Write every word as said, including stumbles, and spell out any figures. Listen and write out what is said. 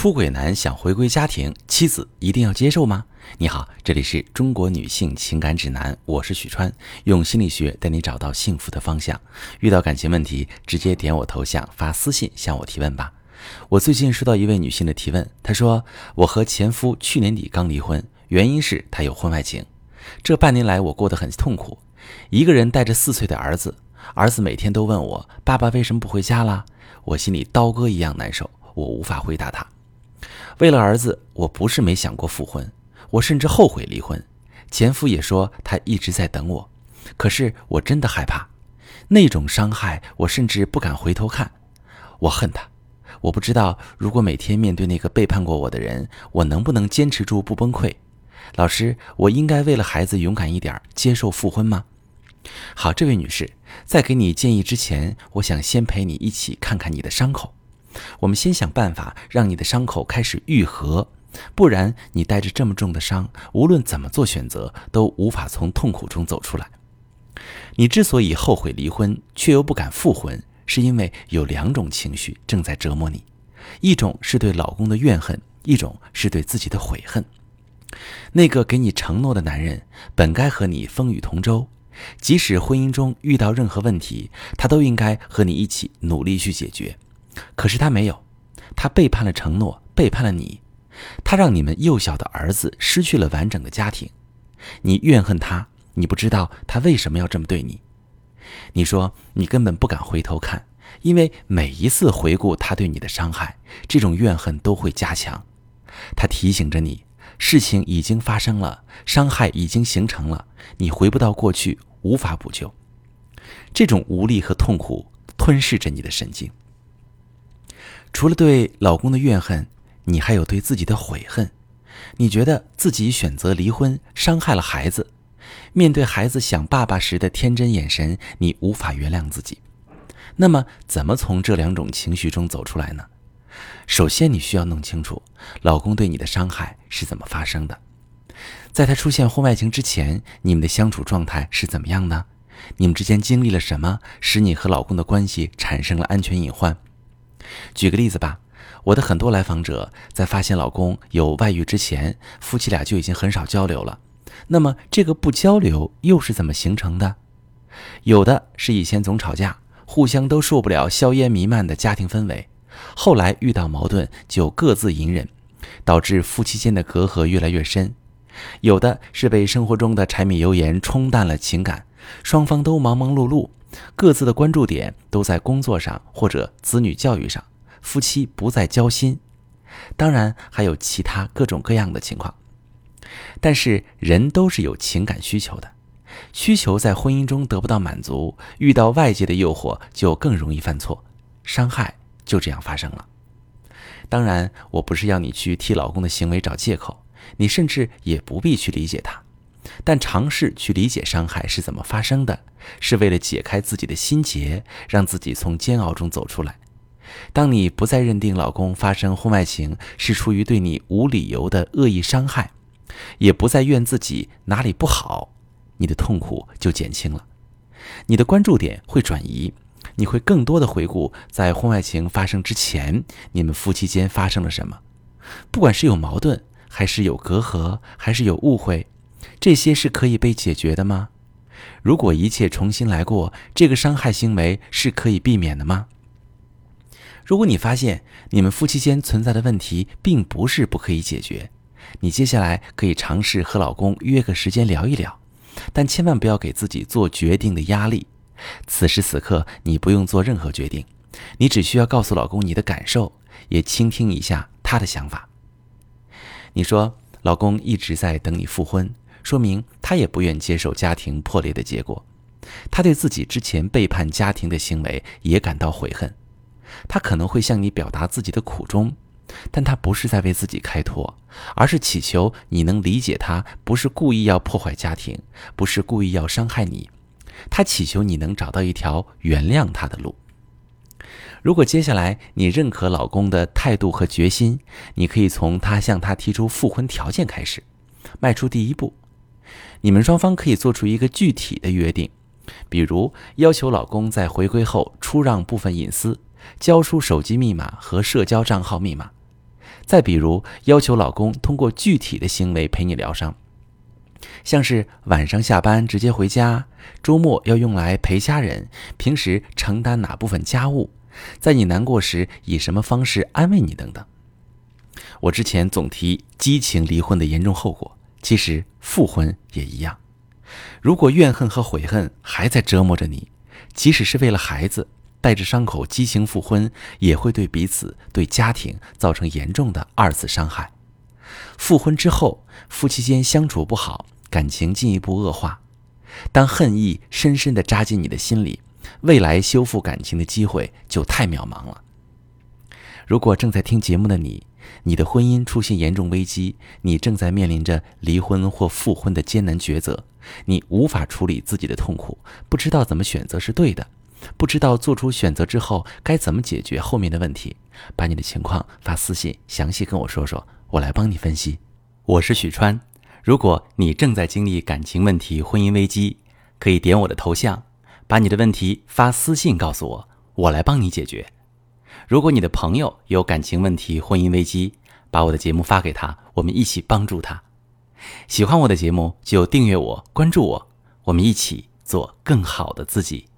出轨男想回归家庭，妻子一定要接受吗？你好，这里是中国女性情感指南，我是许川，用心理学带你找到幸福的方向。遇到感情问题，直接点我头像发私信向我提问吧。我最近收到一位女性的提问，她说我和前夫去年底刚离婚，原因是他有婚外情。这半年来我过得很痛苦，一个人带着四岁的儿子，儿子每天都问我爸爸为什么不回家啦，我心里刀割一样难受，我无法回答他。为了儿子，我不是没想过复婚，我甚至后悔离婚。前夫也说他一直在等我，可是我真的害怕，那种伤害我甚至不敢回头看。我恨他，我不知道如果每天面对那个背叛过我的人，我能不能坚持住不崩溃。老师，我应该为了孩子勇敢一点，接受复婚吗？好，这位女士，在给你建议之前，我想先陪你一起看看你的伤口。我们先想办法让你的伤口开始愈合，不然你带着这么重的伤，无论怎么做选择，都无法从痛苦中走出来。你之所以后悔离婚，却又不敢复婚，是因为有两种情绪正在折磨你，一种是对老公的怨恨，一种是对自己的悔恨。那个给你承诺的男人，本该和你风雨同舟，即使婚姻中遇到任何问题，他都应该和你一起努力去解决。可是他没有，他背叛了承诺，背叛了你，他让你们幼小的儿子失去了完整的家庭。你怨恨他，你不知道他为什么要这么对你。你说你根本不敢回头看，因为每一次回顾他对你的伤害，这种怨恨都会加强。他提醒着你，事情已经发生了，伤害已经形成了，你回不到过去，无法补救。这种无力和痛苦吞噬着你的神经。除了对老公的怨恨，你还有对自己的悔恨。你觉得自己选择离婚，伤害了孩子。面对孩子想爸爸时的天真眼神，你无法原谅自己。那么，怎么从这两种情绪中走出来呢？首先，你需要弄清楚，老公对你的伤害是怎么发生的。在他出现婚外情之前，你们的相处状态是怎么样呢？你们之间经历了什么，使你和老公的关系产生了安全隐患？举个例子吧，我的很多来访者在发现老公有外遇之前，夫妻俩就已经很少交流了。那么这个不交流又是怎么形成的？有的是以前总吵架，互相都受不了硝烟弥漫的家庭氛围，后来遇到矛盾就各自隐忍，导致夫妻间的隔阂越来越深。有的是被生活中的柴米油盐冲淡了情感，双方都忙忙碌碌，各自的关注点都在工作上或者子女教育上，夫妻不再交心。当然还有其他各种各样的情况。但是人都是有情感需求的，需求在婚姻中得不到满足，遇到外界的诱惑就更容易犯错，伤害就这样发生了。当然，我不是要你去替老公的行为找借口，你甚至也不必去理解他，但尝试去理解伤害是怎么发生的，是为了解开自己的心结，让自己从煎熬中走出来。当你不再认定老公发生婚外情是出于对你无理由的恶意伤害，也不再怨自己哪里不好，你的痛苦就减轻了。你的关注点会转移，你会更多的回顾在婚外情发生之前，你们夫妻间发生了什么。不管是有矛盾，还是有隔阂，还是有误会，这些是可以被解决的吗？如果一切重新来过，这个伤害行为是可以避免的吗？如果你发现你们夫妻间存在的问题并不是不可以解决，你接下来可以尝试和老公约个时间聊一聊，但千万不要给自己做决定的压力。此时此刻你不用做任何决定，你只需要告诉老公你的感受，也倾听一下他的想法。你说老公一直在等你复婚，说明他也不愿接受家庭破裂的结果，他对自己之前背叛家庭的行为也感到悔恨。他可能会向你表达自己的苦衷，但他不是在为自己开脱，而是祈求你能理解他不是故意要破坏家庭，不是故意要伤害你，他祈求你能找到一条原谅他的路。如果接下来你认可老公的态度和决心，你可以从他向他提出复婚条件开始，迈出第一步。你们双方可以做出一个具体的约定，比如要求老公在回归后出让部分隐私，交出手机密码和社交账号密码。 再比如，要求老公通过具体的行为陪你疗伤，像是晚上下班直接回家，周末要用来陪家人，平时承担哪部分家务，在你难过时以什么方式安慰你等等。我之前总提激情离婚的严重后果，其实复婚也一样。如果怨恨和悔恨还在折磨着你，即使是为了孩子，带着伤口激情复婚，也会对彼此、对家庭造成严重的二次伤害。复婚之后，夫妻间相处不好，感情进一步恶化。当恨意深深地扎进你的心里，未来修复感情的机会就太渺茫了。如果正在听节目的你，你的婚姻出现严重危机，你正在面临着离婚或复婚的艰难抉择，你无法处理自己的痛苦，不知道怎么选择是对的，不知道做出选择之后该怎么解决后面的问题，把你的情况发私信详细跟我说说，我来帮你分析。我是许川，如果你正在经历感情问题、婚姻危机，可以点我的头像，把你的问题发私信告诉我，我来帮你解决。如果你的朋友有感情问题、婚姻危机，把我的节目发给他，我们一起帮助他。喜欢我的节目就订阅我、关注我，我们一起做更好的自己。